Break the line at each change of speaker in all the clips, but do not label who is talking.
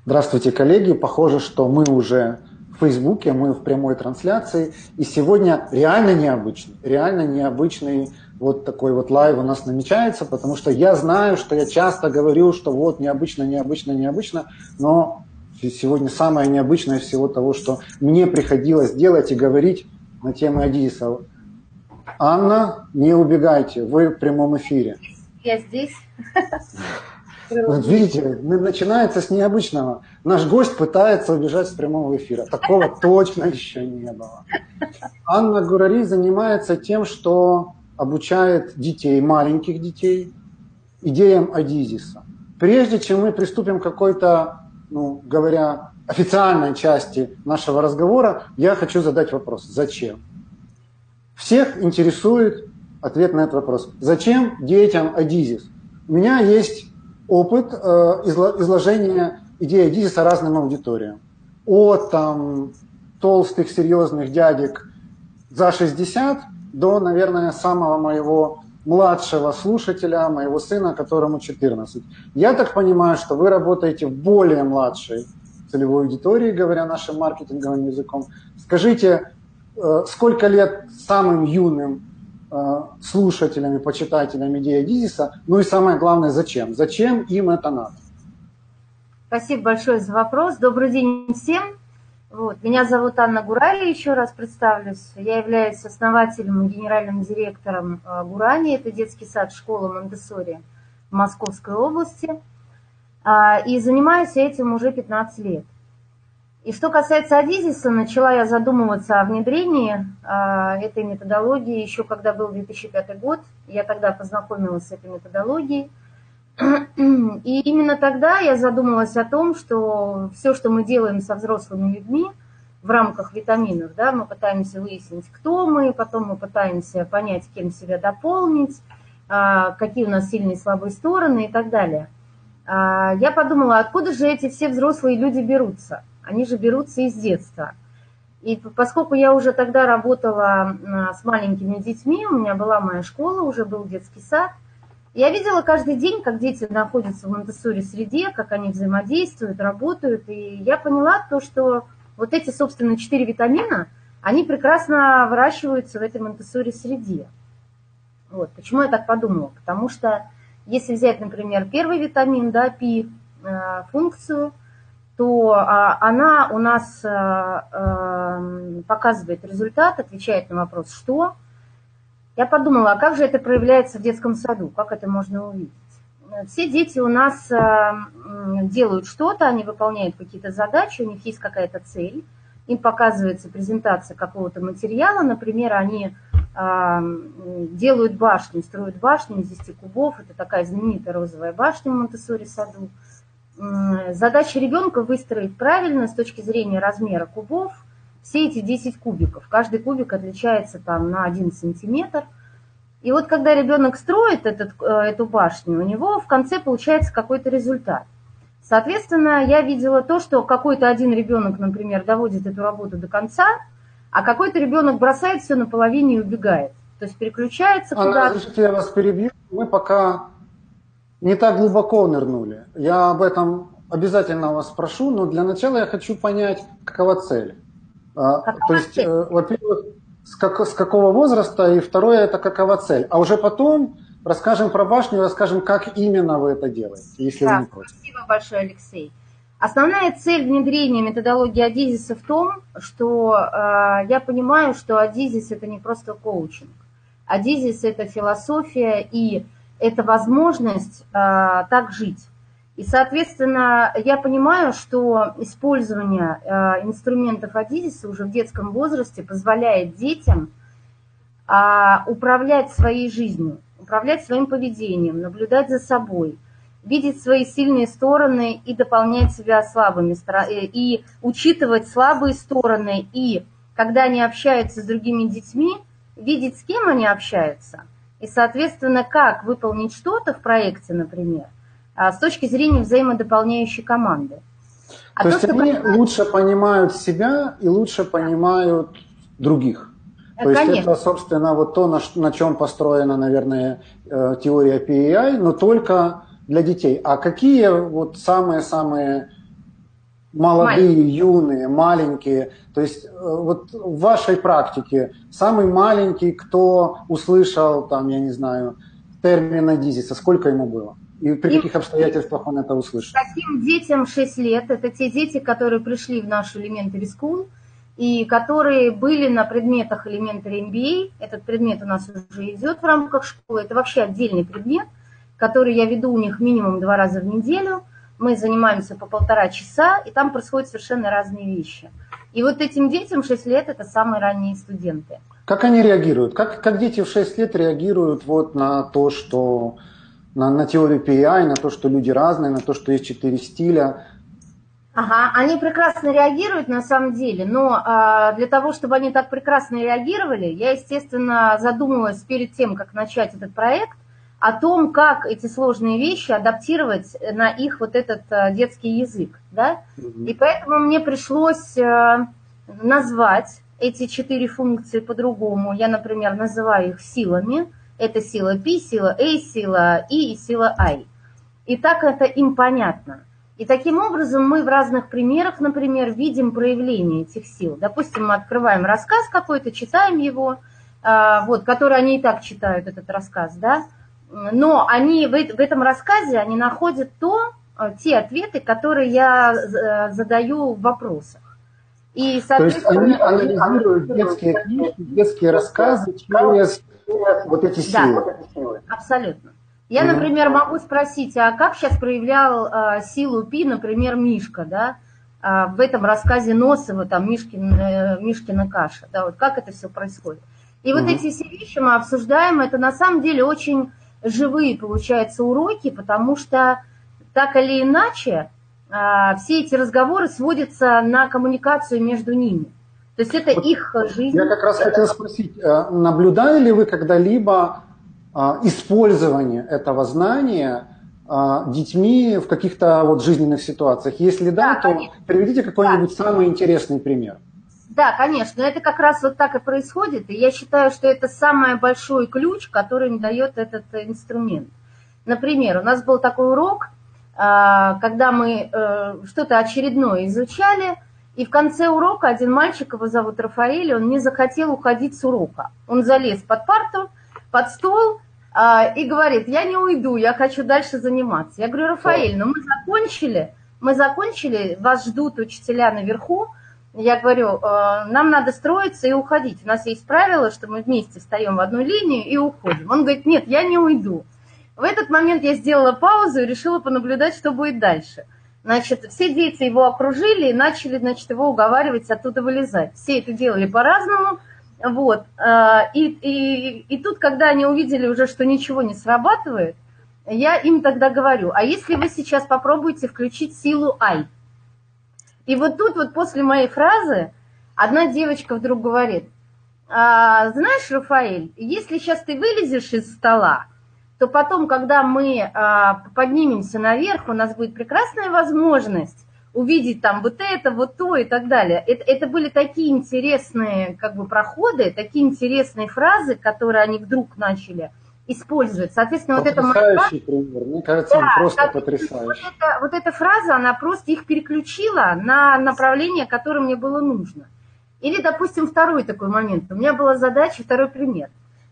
Здравствуйте, коллеги. Похоже, что мы уже в Фейсбуке, мы в прямой трансляции. И сегодня реально необычный вот такой вот лайв у нас намечается, потому что я знаю, что я часто говорю, что вот необычно, но сегодня самое необычное всего того, что мне приходилось делать и говорить на тему Адизиса. Анна, не убегайте, вы в прямом эфире.
Я здесь.
Вот видите, начинается с необычного. Наш гость пытается убежать с прямого эфира. Такого точно еще не было. Анна Гурари занимается тем, что обучает детей, маленьких детей, идеям Адизиса. Прежде чем мы приступим к какой-то, говоря, официальной части нашего разговора, я хочу задать вопрос. Зачем? Всех интересует ответ на этот вопрос. Зачем детям Адизис? У меня есть опыт изложения идеи Адизиса разным аудиториям. От толстых, серьезных дядек за 60 до, наверное, самого моего младшего слушателя, моего сына, которому 14. Я так понимаю, что вы работаете в более младшей целевой аудитории, говоря нашим маркетинговым языком. Скажите, сколько лет самым юным слушателям и почитателям идеи Адизиса, ну и самое главное, зачем? Зачем им это надо?
Спасибо большое за вопрос. Добрый день всем. Меня зовут Анна Гурари, еще раз представлюсь. Я являюсь основателем и генеральным директором Гурани. Это детский сад, школа Монтессори в Московской области. И занимаюсь этим уже 15 лет. И что касается Адизиса, начала я задумываться о внедрении этой методологии еще когда был 2005 год. Я тогда познакомилась с этой методологией. И именно тогда я задумалась о том, что все, что мы делаем со взрослыми людьми в рамках витаминов, да, мы пытаемся выяснить, кто мы, потом мы пытаемся понять, кем себя дополнить, какие у нас сильные и слабые стороны и так далее. Я подумала, откуда же эти все взрослые люди берутся? Они же берутся из детства. И поскольку я уже тогда работала с маленькими детьми, у меня была моя школа, уже был детский сад, я видела каждый день, как дети находятся в Монтессори среде, как они взаимодействуют, работают. И я поняла то, что вот эти, собственно, 4 витамина, они прекрасно выращиваются в этой Монтессори среде. Почему я так подумала? Потому что если взять, например, первый витамин, да, пи, функцию, то она у нас показывает результат, отвечает на вопрос «что?». Я подумала, а как же это проявляется в детском саду, как это можно увидеть? Все дети у нас делают что-то, они выполняют какие-то задачи, у них есть какая-то цель, им показывается презентация какого-то материала, например, они делают башню, строят башню из 10 кубов, это такая знаменитая розовая башня в Монтессори саду. Задача ребенка выстроить правильно с точки зрения размера кубов все эти 10 кубиков. Каждый кубик отличается на 1 сантиметр. И вот когда ребенок строит эту башню, у него в конце получается какой-то результат. Соответственно, я видела то, что какой-то один ребенок, например, доводит эту работу до конца, а какой-то ребенок бросает все наполовине и убегает. То есть переключается куда-то.
Разрешите, я вас перебью. Мы пока не так глубоко нырнули. Я об этом обязательно вас спрошу, но для начала я хочу понять, какова цель. То есть, во-первых, с какого возраста, и второе, это какова цель. А уже потом расскажем про башню, расскажем, как именно вы это делаете, если вы не против.
Спасибо большое, Алексей. Основная цель внедрения методологии Адизиса в том, что я понимаю, что Адизис – это не просто коучинг. Адизис – это философия и это возможность так жить. И, соответственно, я понимаю, что использование инструментов Адизиса уже в детском возрасте позволяет детям управлять своей жизнью, управлять своим поведением, наблюдать за собой, видеть свои сильные стороны и дополнять себя слабыми сторонами, и учитывать слабые стороны, и когда они общаются с другими детьми, видеть, с кем они общаются, и, соответственно, как выполнить что-то в проекте, например, с точки зрения взаимодополняющей команды.
То есть они лучше понимают себя и лучше понимают других. То есть это, собственно, вот то, на чем построена, наверное, теория PAI, но только для детей. А какие вот самые-самые молодые, юные, маленькие. То есть вот в вашей практике самый маленький, кто услышал, там, я не знаю, термин Одизиса, сколько ему было? И при каких обстоятельствах он это услышал?
Таким детям 6 лет. Это те дети, которые пришли в нашу Elementary School и которые были на предметах Elementary MBA. Этот предмет у нас уже идет в рамках школы. Это вообще отдельный предмет, который я веду у них минимум 2 раза в неделю. Мы занимаемся по 1,5 часа, и там происходят совершенно разные вещи. И вот этим детям 6 лет – это самые ранние студенты.
Как они реагируют? Как дети в 6 лет реагируют вот на то, что на теорию PEI, на то, что люди разные, на то, что есть 4 стиля?
Ага, они прекрасно реагируют на самом деле, но для того, чтобы они так прекрасно реагировали, я, естественно, задумалась перед тем, как начать этот проект, о том, как эти сложные вещи адаптировать на их вот этот детский язык, да? И поэтому мне пришлось назвать эти 4 функции по-другому. Я, например, называю их силами. Это сила P, сила A, сила E и сила I. И так это им понятно. И таким образом мы в разных примерах, например, видим проявление этих сил. Допустим, мы открываем рассказ какой-то, читаем его, вот, который они и так читают, этот рассказ, да? Но они в этом рассказе они находят те ответы, которые я задаю в вопросах. И,
соответственно, то есть они анализируют детские книжки, детские рассказы через вот эти силы.
Да, абсолютно. Я, например, могу спросить, а как сейчас проявлял силу Пи, например, Мишка, да, в этом рассказе Носова, там, Мишкина каша, да, вот как это все происходит. И вот эти все вещи мы обсуждаем, это на самом деле очень живые, получаются, уроки, потому что так или иначе все эти разговоры сводятся на коммуникацию между ними. То есть это вот их жизнь.
Я как раз хотел спросить, наблюдали ли вы когда-либо использование этого знания детьми в каких-то вот жизненных ситуациях? Если да, то конечно. Приведите какой-нибудь самый интересный пример.
Да, конечно, это как раз вот так и происходит, и я считаю, что это самый большой ключ, который им дает этот инструмент. Например, у нас был такой урок, когда мы что-то очередное изучали, и в конце урока один мальчик, его зовут Рафаэль, он не захотел уходить с урока. Он залез под парту, под стол и говорит: я не уйду, я хочу дальше заниматься. Я говорю: Рафаэль, ну мы закончили, вас ждут учителя наверху. Я говорю: нам надо строиться и уходить. У нас есть правило, что мы вместе встаем в одну линию и уходим. Он говорит: нет, я не уйду. В этот момент я сделала паузу и решила понаблюдать, что будет дальше. Значит, все дети его окружили и начали, значит, его уговаривать оттуда вылезать. Все это делали по-разному. Вот. И тут, когда они увидели уже, что ничего не срабатывает, я им тогда говорю: а если вы сейчас попробуете включить силу I? И вот тут вот после моей фразы одна девочка вдруг говорит: знаешь, Рафаэль, если сейчас ты вылезешь из стола, то потом, когда мы поднимемся наверх, у нас будет прекрасная возможность увидеть там вот это, вот то и так далее. Это были такие интересные как бы проходы, такие интересные фразы, которые они вдруг начали использовать. Соответственно,
потрясающий пример. Мне кажется, он просто потрясающий.
Вот эта фраза, она просто их переключила на направление, которое мне было нужно. Или, допустим, второй такой момент. У меня была задача, второй пример.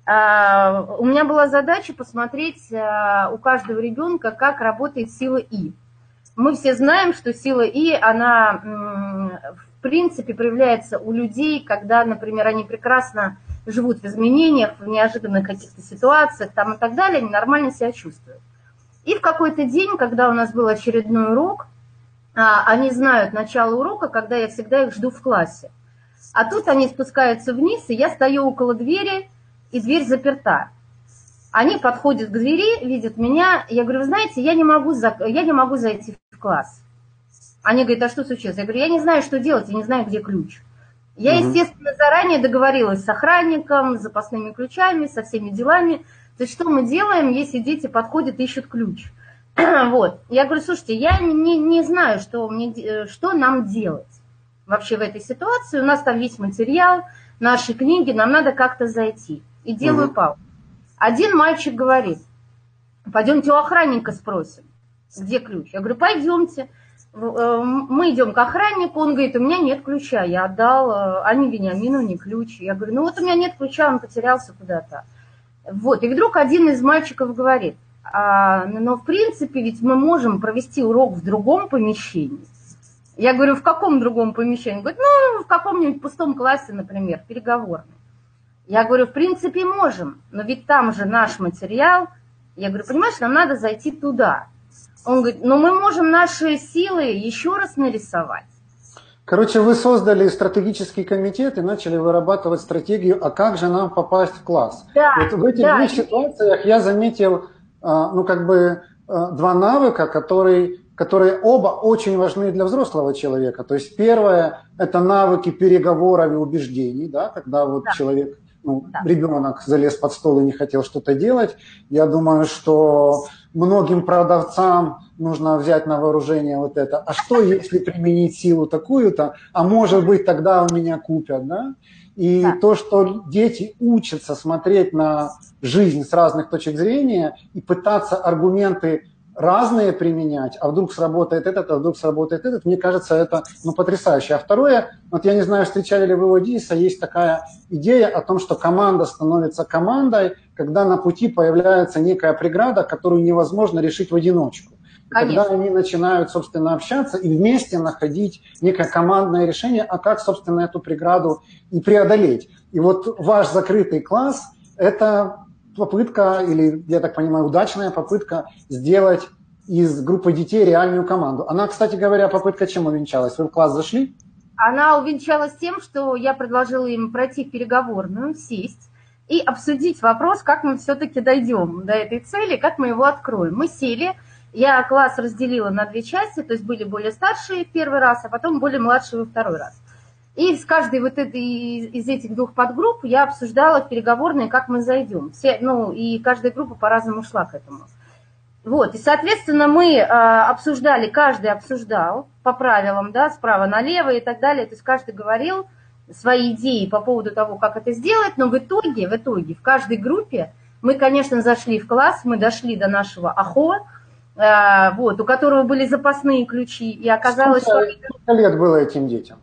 У меня была задача посмотреть у каждого ребенка, как работает сила И. Мы все знаем, что сила И, она в принципе проявляется у людей, когда, например, они прекрасно живут в изменениях, в неожиданных каких-то ситуациях там, и так далее, они нормально себя чувствуют. И в какой-то день, когда у нас был очередной урок, они знают начало урока, когда я всегда их жду в классе. А тут они спускаются вниз, и я стою около двери, и дверь заперта. Они подходят к двери, видят меня, я говорю: вы знаете, я не могу зайти в класс. Они говорят: а что случилось? Я говорю: я не знаю, что делать, я не знаю, где ключ. Я, естественно, заранее договорилась с охранником, с запасными ключами, со всеми делами. То есть что мы делаем, если дети подходят и ищут ключ? Вот. Я говорю: слушайте, я не знаю, что нам делать вообще в этой ситуации. У нас там весь материал, наши книги, нам надо как-то зайти. И делаю паузу. Один мальчик говорит: пойдемте у охранника спросим, где ключ. Я говорю: пойдемте. Мы идем к охраннику, он говорит, у меня нет ключа, я отдал Ане Вениаминовне ключ. Я говорю, ну вот у меня нет ключа, он потерялся куда-то. Вот, и вдруг один из мальчиков говорит, но в принципе ведь мы можем провести урок в другом помещении. Я говорю, в каком другом помещении? Он говорит, ну, в каком-нибудь пустом классе, например, переговорной. Я говорю, в принципе, можем, но ведь там же наш материал. Я говорю, понимаешь, нам надо зайти туда. Он говорит, ну мы можем наши силы еще раз нарисовать.
Короче, вы создали стратегический комитет и начали вырабатывать стратегию, а как же нам попасть в класс.
Да,
вот в этих двух ситуациях я заметил, два навыка, которые оба очень важны для взрослого человека. То есть первое – это навыки переговоров и убеждений, да, когда вот человек, ребенок залез под стол и не хотел что-то делать. Я думаю, что многим продавцам нужно взять на вооружение вот это. А что, если применить силу такую-то? А может быть, тогда у меня купят, да? И то, что дети учатся смотреть на жизнь с разных точек зрения и пытаться аргументы разные применять, а вдруг сработает этот, а вдруг сработает этот, мне кажется, это потрясающе. А второе, вот я не знаю, встречали ли вы у Одисса, есть такая идея о том, что команда становится командой, когда на пути появляется некая преграда, которую невозможно решить в одиночку. Когда они начинают, собственно, общаться и вместе находить некое командное решение, а как, собственно, эту преграду и преодолеть. И вот ваш закрытый класс – это попытка, или, я так понимаю, удачная попытка сделать из группы детей реальную команду. Она, кстати говоря, попытка чем увенчалась? Вы в класс зашли?
Она увенчалась тем, что я предложила им пройти в переговорную, сесть и обсудить вопрос, как мы все-таки дойдем до этой цели, как мы его откроем. Мы сели, я класс разделила на две части, то есть были более старшие в первый раз, а потом более младшие во второй раз. И с каждой вот из этих двух подгрупп я обсуждала в переговорной, как мы зайдем. И каждая группа по-разному шла к этому. Вот, и, соответственно, мы обсуждали, каждый обсуждал по правилам, да, справа налево и так далее. То есть каждый говорил свои идеи по поводу того, как это сделать, но в итоге в каждой группе мы, конечно, зашли в класс, мы дошли до нашего АХО, у которого были запасные ключи, и оказалось,
сколько лет было этим детям?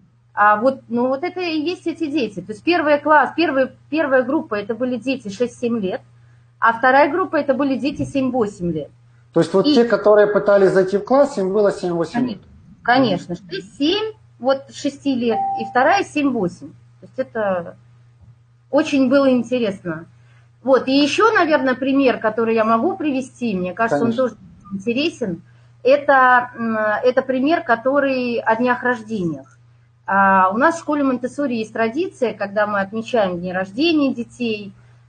Вот это и есть эти дети. То есть первая группа это были дети 6-7 лет, а вторая группа это были дети 7-8 лет.
То есть те, которые пытались зайти в класс, им было 7-8 лет?
Конечно. 6-7, 6 лет, и вторая 7-8. То есть это очень было интересно. Вот, и еще, наверное, пример, который я могу привести, мне кажется, конечно, он тоже интересен, это пример, который о днях рождениях. У нас в школе Монтессори есть традиция, когда мы отмечаем дни рождения детей,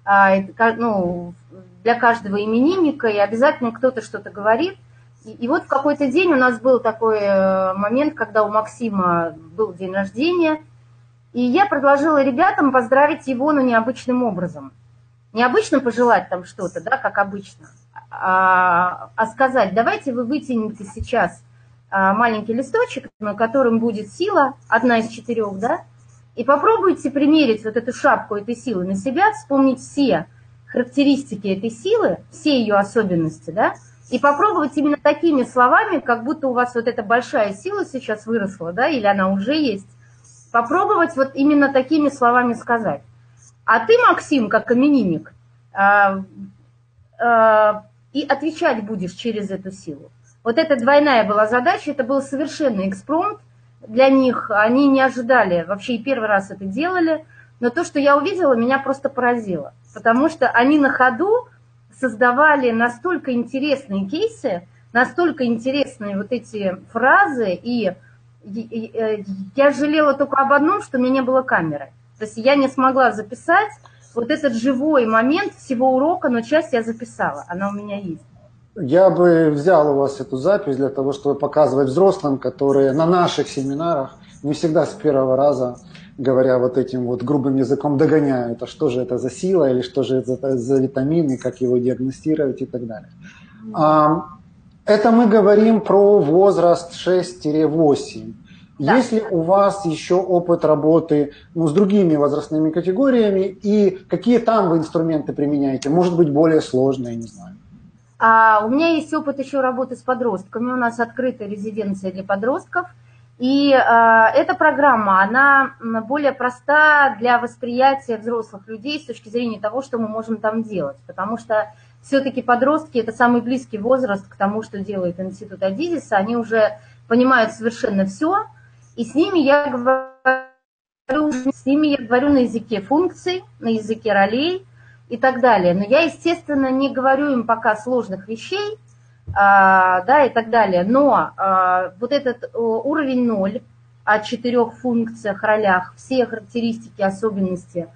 для каждого именинника, и обязательно кто-то что-то говорит. И вот в какой-то день у нас был такой момент, когда у Максима был день рождения, и я предложила ребятам поздравить его, но необычным образом. Не обычно пожелать там что-то, да, как обычно, а сказать, давайте вы вытяните сейчас маленький листочек, на котором будет сила, одна из 4, да, и попробуйте примерить вот эту шапку этой силы на себя, вспомнить все характеристики этой силы, все ее особенности, да, и попробовать именно такими словами, как будто у вас вот эта большая сила сейчас выросла, да, или она уже есть, попробовать вот именно такими словами сказать. А ты, Максим, как именинник, и отвечать будешь через эту силу. Вот эта двойная была задача, это был совершенный экспромт для них, они не ожидали, вообще и первый раз это делали, но то, что я увидела, меня просто поразило, потому что они на ходу создавали настолько интересные кейсы, настолько интересные вот эти фразы, и я жалела только об одном, что у меня не было камеры. То есть я не смогла записать вот этот живой момент всего урока, но часть я записала, она у меня есть.
Я бы взял у вас эту запись для того, чтобы показывать взрослым, которые на наших семинарах не всегда с первого раза, говоря вот этим вот грубым языком, догоняют, а что же это за сила, или что же это за витамин, и как его диагностировать и так далее. Это мы говорим про возраст 6-8. Да. Есть ли у вас еще опыт работы с другими возрастными категориями, и какие там вы инструменты применяете? Может быть, более сложные, не знаю.
У меня есть опыт еще работы с подростками. У нас открытая резиденция для подростков. И эта программа, она более проста для восприятия взрослых людей с точки зрения того, что мы можем там делать. Потому что все-таки подростки – это самый близкий возраст к тому, что делает институт Адизиса. Они уже понимают совершенно все. И с ними я говорю на языке функций, на языке ролей и так далее. Но я, естественно, не говорю им пока сложных вещей, да, и так далее. Но вот этот уровень 0 о 4 функциях, ролях, все характеристики, особенности,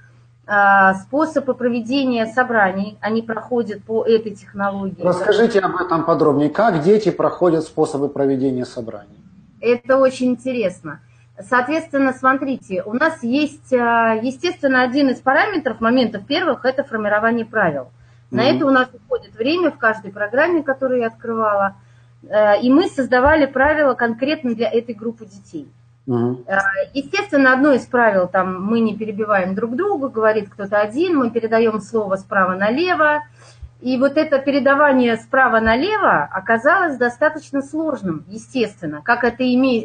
способы проведения собраний, они проходят по этой технологии.
Расскажите об этом подробнее. Как дети проходят способы проведения собраний?
Это очень интересно. Соответственно, смотрите, у нас есть, естественно, один из параметров, моментов первых, это формирование правил. На это у нас уходит время в каждой программе, которую я открывала, и мы создавали правила конкретно для этой группы детей. Естественно, одно из правил, там, мы не перебиваем друг друга, говорит кто-то один, мы передаем слово справа налево. И вот это передавание справа налево оказалось достаточно сложным, естественно, как это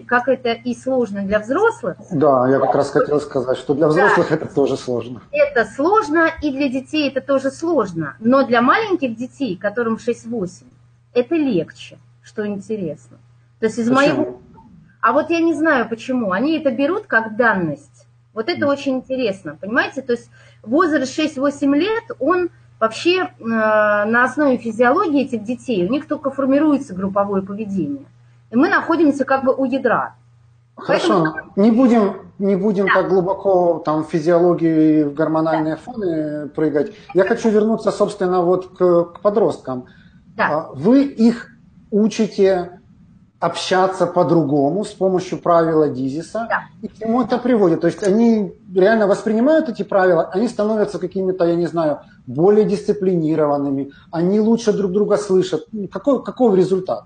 и сложно для взрослых.
Да, я как раз хотел сказать, что для взрослых это тоже сложно.
Это сложно, и для детей это тоже сложно. Но для маленьких детей, которым 6-8, это легче, что интересно. То есть из моего... А вот я не знаю почему. Они это берут как данность. Вот это очень интересно, понимаете? То есть возраст 6-8 лет, он... Вообще на основе физиологии этих детей у них только формируется групповое поведение. И мы находимся как бы у ядра.
Хорошо, поэтому... не будем так глубоко там, в физиологию и в гормональные фоны прыгать. Я хочу вернуться, собственно, вот к подросткам.
Да.
Вы их учите общаться по-другому с помощью правил Адизиса,
да.
И к чему это приводит? То есть они реально воспринимают эти правила, они становятся какими-то, я не знаю, более дисциплинированными, они лучше друг друга слышат. Каков результат?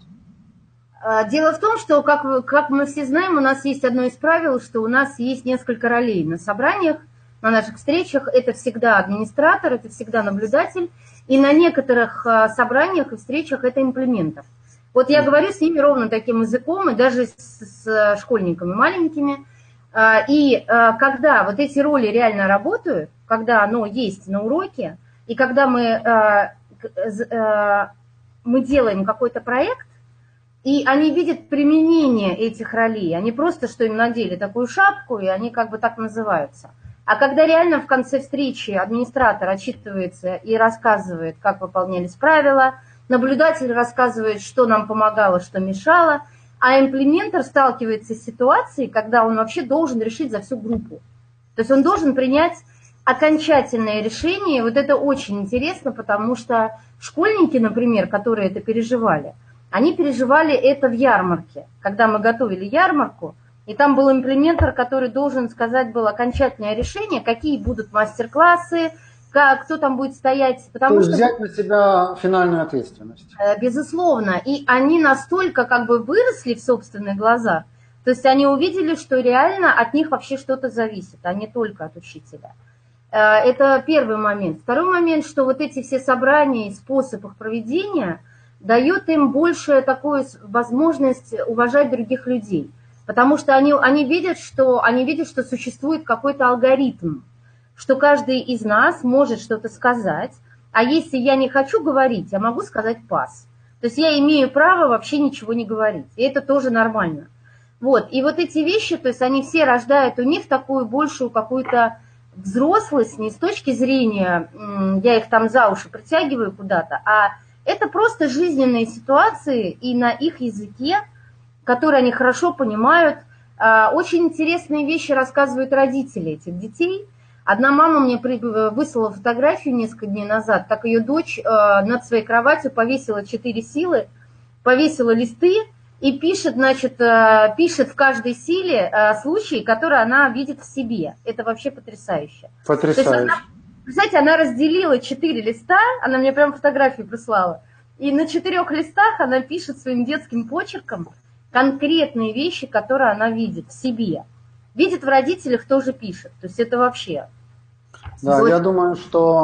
Дело в том, что, как мы все знаем, у нас есть одно из правил, что у нас есть несколько ролей на собраниях, на наших встречах. Это всегда администратор, это всегда наблюдатель, и на некоторых собраниях и встречах это имплементор. Вот я говорю с ними ровно таким языком, и даже с школьниками маленькими. И когда вот эти роли реально работают, когда оно есть на уроке, и когда мы делаем какой-то проект, и они видят применение этих ролей, они просто, что им надели такую шапку, и они как бы так называются. А когда реально в конце встречи администратор отчитывается и рассказывает, как выполнялись правила, наблюдатель рассказывает, что нам помогало, что мешало, а имплементор сталкивается с ситуацией, когда он вообще должен решить за всю группу. То есть он должен принять окончательное решение. Вот это очень интересно, потому что школьники, например, которые это переживали, они переживали это в ярмарке, когда мы готовили ярмарку, и там был имплементор, который должен сказать был окончательное решение, какие будут мастер-классы, кто там будет стоять.
Потому что взять на себя финальную ответственность.
Безусловно. И они настолько как бы выросли в собственных глазах, то есть они увидели, что реально от них вообще что-то зависит, а не только от учителя. Это первый момент. Второй момент, что вот эти все собрания и способ их проведения дает им больше такую возможность уважать других людей. Потому что они видят, что существует какой-то алгоритм, что каждый из нас может что-то сказать, а если я не хочу говорить, я могу сказать пас. То есть я имею право вообще ничего не говорить, и это тоже нормально. Вот. И вот эти вещи, то есть они все рождают у них такую большую какую-то взрослость, не с точки зрения, я их там за уши притягиваю куда-то, а это просто жизненные ситуации и на их языке, которые они хорошо понимают. Очень интересные вещи рассказывают родители этих детей. Одна мама мне выслала фотографию несколько дней назад, как ее дочь над своей кроватью повесила 4 силы, повесила листы и пишет, пишет в каждой силе случаи, которые она видит в себе. Это вообще потрясающе.
Потрясающе.
Представляете, она разделила 4 листа, она мне прям фотографию прислала, и на 4 листах она пишет своим детским почерком конкретные вещи, которые она видит в себе. Видит в родителях, тоже пишет. То есть это вообще...
Да, я думаю, что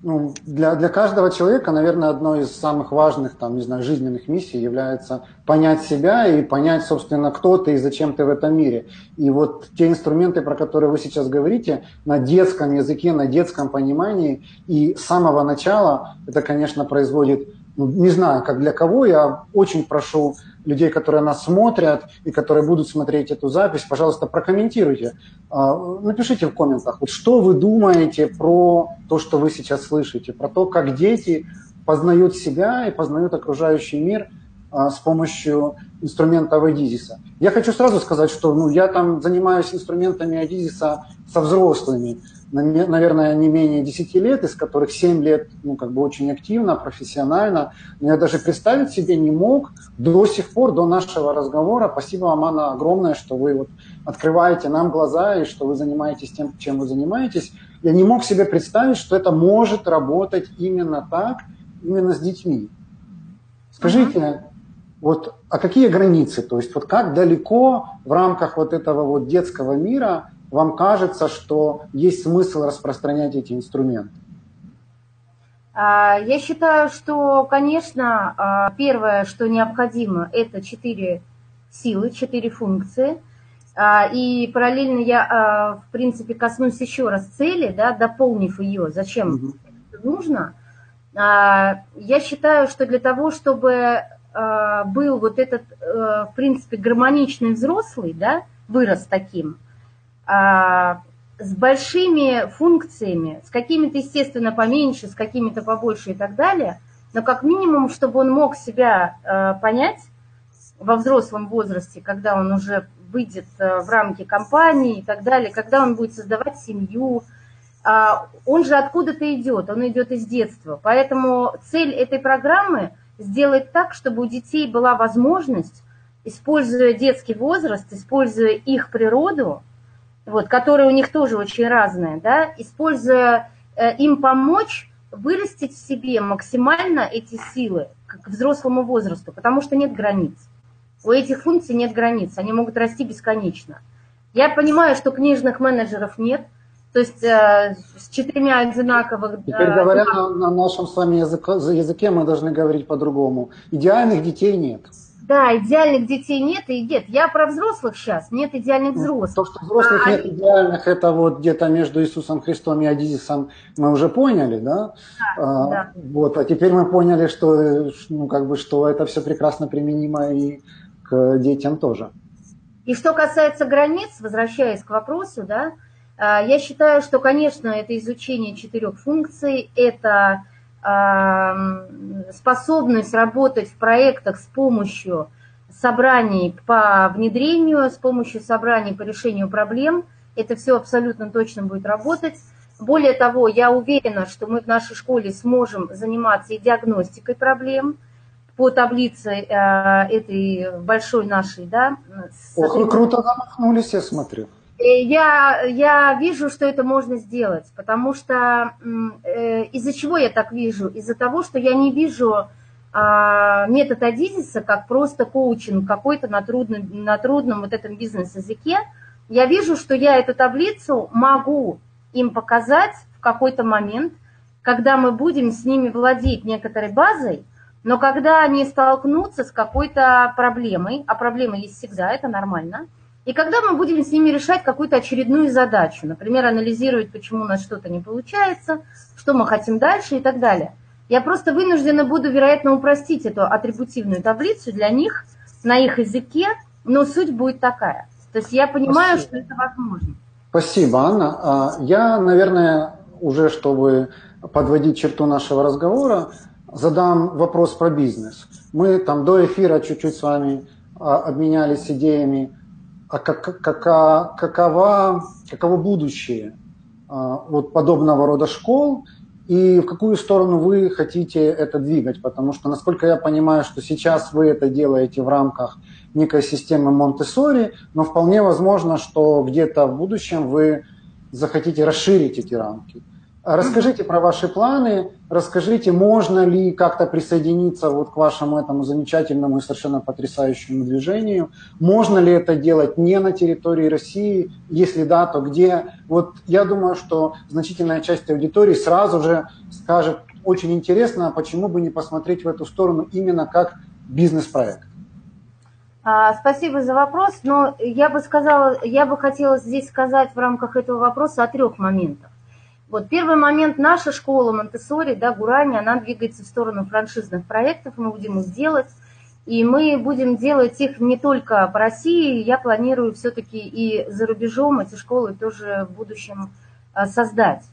Ну, для каждого человека, наверное, одной из самых важных, там, не знаю, жизненных миссий является понять себя и понять, собственно, кто ты и зачем ты в этом мире. И вот те инструменты, про которые вы сейчас говорите, на детском языке, на детском понимании, и с самого начала это, конечно, производит, ну, не знаю, как для кого, я очень прошу людей, которые нас смотрят и которые будут смотреть эту запись, пожалуйста, прокомментируйте. Напишите в комментах, вот что вы думаете про то, что вы сейчас слышите, про то, как дети познают себя и познают окружающий мир с помощью инструментов Эдизиса. Я хочу сразу сказать, что я там занимаюсь инструментами Эдизиса со взрослыми, наверное, не менее 10 лет, из которых 7 лет очень активно, профессионально. Но я даже представить себе не мог до сих пор, до нашего разговора. Спасибо вам, Анна, огромное, что вы открываете нам глаза и что вы занимаетесь тем, чем вы занимаетесь. Я не мог себе представить, что это может работать именно так, именно с детьми. Скажите, а какие границы? То есть как далеко в рамках этого детского мира вам кажется, что есть смысл распространять эти инструменты?
Я считаю, что, конечно, первое, что необходимо, это 4 силы, 4 функции. И параллельно я, в принципе, коснусь еще раз цели, да, дополнив ее, зачем это нужно. Я считаю, что для того, чтобы был этот, в принципе, гармоничный взрослый, да, вырос таким, с большими функциями, с какими-то, естественно, поменьше, с какими-то побольше и так далее, но как минимум, чтобы он мог себя понять во взрослом возрасте, когда он уже выйдет в рамки компании и так далее, когда он будет создавать семью. Он же откуда-то идет, он идет из детства. Поэтому цель этой программы – сделать так, чтобы у детей была возможность, используя детский возраст, используя их природу, которая у них тоже очень разная, да, используя им помочь вырастить в себе максимально эти силы к взрослому возрасту, потому что нет границ. У этих функций нет границ, они могут расти бесконечно. Я понимаю, что книжных менеджеров нет, то есть с 4 одинаковых...
Теперь говоря на нашем с вами языке, мы должны говорить по-другому. Идеальных детей нет.
Да, идеальных детей нет, и нет. Я про взрослых сейчас, нет идеальных взрослых.
То, что взрослых нет идеальных, это где-то между Иисусом Христом и Эдизисом мы уже поняли, да?
Да.
А теперь мы поняли, что, что это все прекрасно применимо и к детям тоже.
И что касается границ, возвращаясь к вопросу, да, я считаю, что, конечно, это изучение 4 функций, это способность работать в проектах с помощью собраний по внедрению, с помощью собраний по решению проблем. Это все абсолютно точно будет работать. Более того, я уверена, что мы в нашей школе сможем заниматься и диагностикой проблем по таблице этой большой нашей, да.
Ох, вы круто замахнулись, я смотрю.
Я вижу, что это можно сделать, потому что из-за чего я так вижу? Из-за того, что я не вижу метод Эдизиса как просто коучинг какой-то на трудном этом бизнес-языке. Я вижу, что я эту таблицу могу им показать в какой-то момент, когда мы будем с ними владеть некоторой базой, но когда они столкнутся с какой-то проблемой, а проблема есть всегда, это нормально, и когда мы будем с ними решать какую-то очередную задачу, например, анализировать, почему у нас что-то не получается, что мы хотим дальше и так далее. Я просто вынуждена буду, вероятно, упростить эту атрибутивную таблицу для них, на их языке, но суть будет такая. То есть я понимаю, что это возможно.
Спасибо, Анна. Я, наверное, уже чтобы подводить черту нашего разговора, задам вопрос про бизнес. Мы там до эфира чуть-чуть с вами обменялись идеями. А каково будущее подобного рода школ и в какую сторону вы хотите это двигать? Потому что, насколько я понимаю, что сейчас вы это делаете в рамках некой системы Монтессори, но вполне возможно, что где-то в будущем вы захотите расширить эти рамки. Расскажите про ваши планы, расскажите, можно ли как-то присоединиться вот к вашему этому замечательному и совершенно потрясающему движению, можно ли это делать не на территории России, если да, то где. Вот я думаю, что значительная часть аудитории сразу же скажет, очень интересно, а почему бы не посмотреть в эту сторону именно как бизнес-проект.
Спасибо за вопрос, но я бы хотела здесь сказать в рамках этого вопроса о 3 моментах. Вот первый момент, наша школа Монтессори, да, Гурани, она двигается в сторону франшизных проектов, мы будем их делать, и мы будем делать их не только по России, я планирую все-таки и за рубежом эти школы тоже в будущем создать.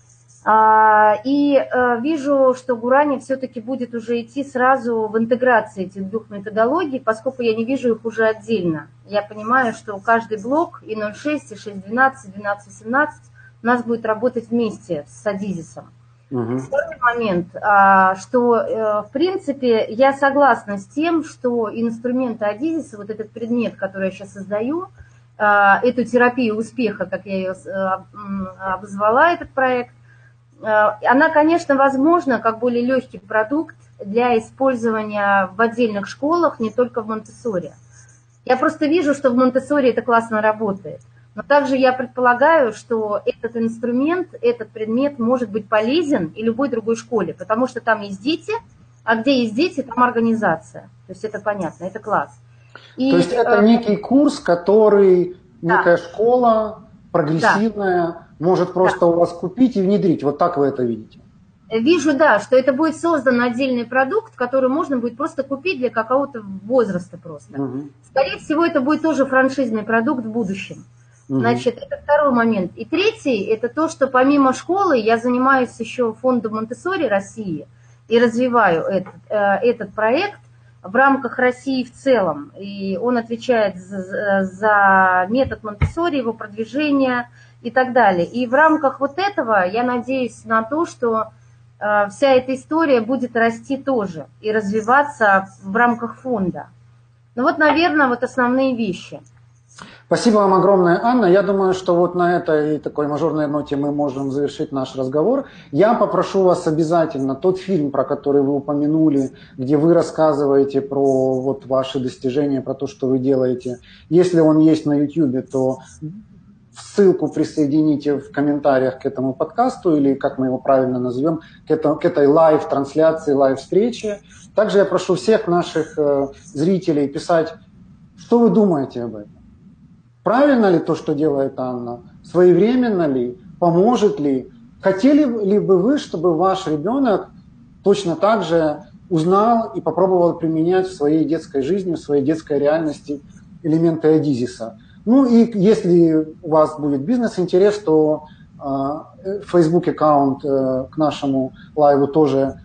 И вижу, что Гурани все-таки будет уже идти сразу в интеграции этих 2 методологий, поскольку я не вижу их уже отдельно. Я понимаю, что каждый блок и 0.6, и 6.12, 12.18 у нас будет работать вместе с Адизисом. Второй момент, что в принципе я согласна с тем, что инструменты Адизиса, вот этот предмет, который я сейчас создаю, эту терапию успеха, как я ее обозвала, этот проект, она, конечно, возможна как более легкий продукт для использования в отдельных школах, не только в Монтессори. Я просто вижу, что в Монтессори это классно работает. Но также я предполагаю, что этот инструмент, этот предмет может быть полезен и любой другой школе, потому что там есть дети, а где есть дети, там организация. То есть это понятно, это класс.
То есть это некий курс, который некая школа прогрессивная может просто у вас купить и внедрить. Вот так вы это видите?
Вижу, да, что это будет создан отдельный продукт, который можно будет просто купить для какого-то возраста просто. Скорее всего, это будет тоже франшизный продукт в будущем. Значит, это второй момент. И третий, это то, что помимо школы я занимаюсь еще фондом Монтессори России и развиваю этот проект в рамках России в целом. И он отвечает за метод Монтессори, его продвижение и так далее. И в рамках вот этого я надеюсь на то, что вся эта история будет расти тоже и развиваться в рамках фонда. Ну вот, наверное, вот основные вещи.
Спасибо вам огромное, Анна. Я думаю, что вот на этой такой мажорной ноте мы можем завершить наш разговор. Я попрошу вас обязательно тот фильм, про который вы упомянули, где вы рассказываете про вот ваши достижения, про то, что вы делаете. Если он есть на YouTube, то ссылку присоедините в комментариях к этому подкасту или, как мы его правильно назовем, к этой лайв-трансляции, лайв-встрече. Также я прошу всех наших зрителей писать, что вы думаете об этом. Правильно ли то, что делает Анна? Своевременно ли? Поможет ли? Хотели ли бы вы, чтобы ваш ребенок точно так же узнал и попробовал применять в своей детской жизни, в своей детской реальности элементы Адизиса? Ну и если у вас будет бизнес-интерес, то Facebook аккаунт к нашему лайву тоже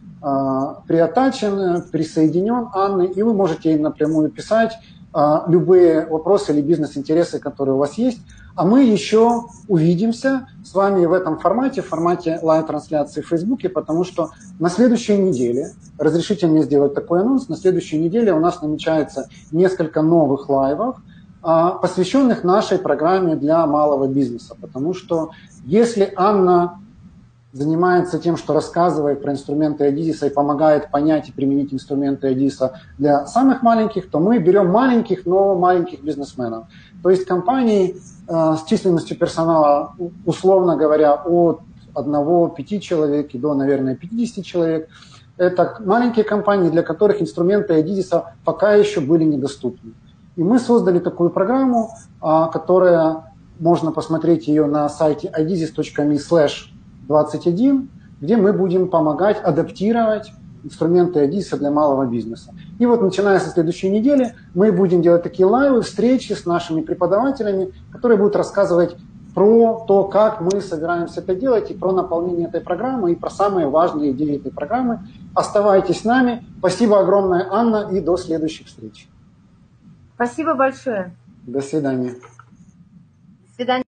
приотачен, присоединен Анны, и вы можете ей напрямую писать любые вопросы или бизнес-интересы, которые у вас есть. А мы еще увидимся с вами в этом формате, в формате лайв-трансляции в Фейсбуке, потому что на следующей неделе, разрешите мне сделать такой анонс, на следующей неделе у нас намечается несколько новых лайвов, посвященных нашей программе для малого бизнеса. Потому что если Анна занимается тем, что рассказывает про инструменты Адизиса и помогает понять и применить инструменты Адизиса для самых маленьких, то мы берем маленьких, но маленьких бизнесменов. То есть компании с численностью персонала, условно говоря, от 1-5 человек и до, наверное, 50 человек. Это маленькие компании, для которых инструменты Адизиса пока еще были недоступны. И мы создали такую программу, которая, можно посмотреть ее на сайте adizis.me/21, где мы будем помогать адаптировать инструменты Адизиса для малого бизнеса. И вот начиная со следующей недели мы будем делать такие лайвы, встречи с нашими преподавателями, которые будут рассказывать про то, как мы собираемся это делать, и про наполнение этой программы, и про самые важные идеи этой программы. Оставайтесь с нами. Спасибо огромное, Анна, и до следующих встреч.
Спасибо большое.
До свидания.
До свидания.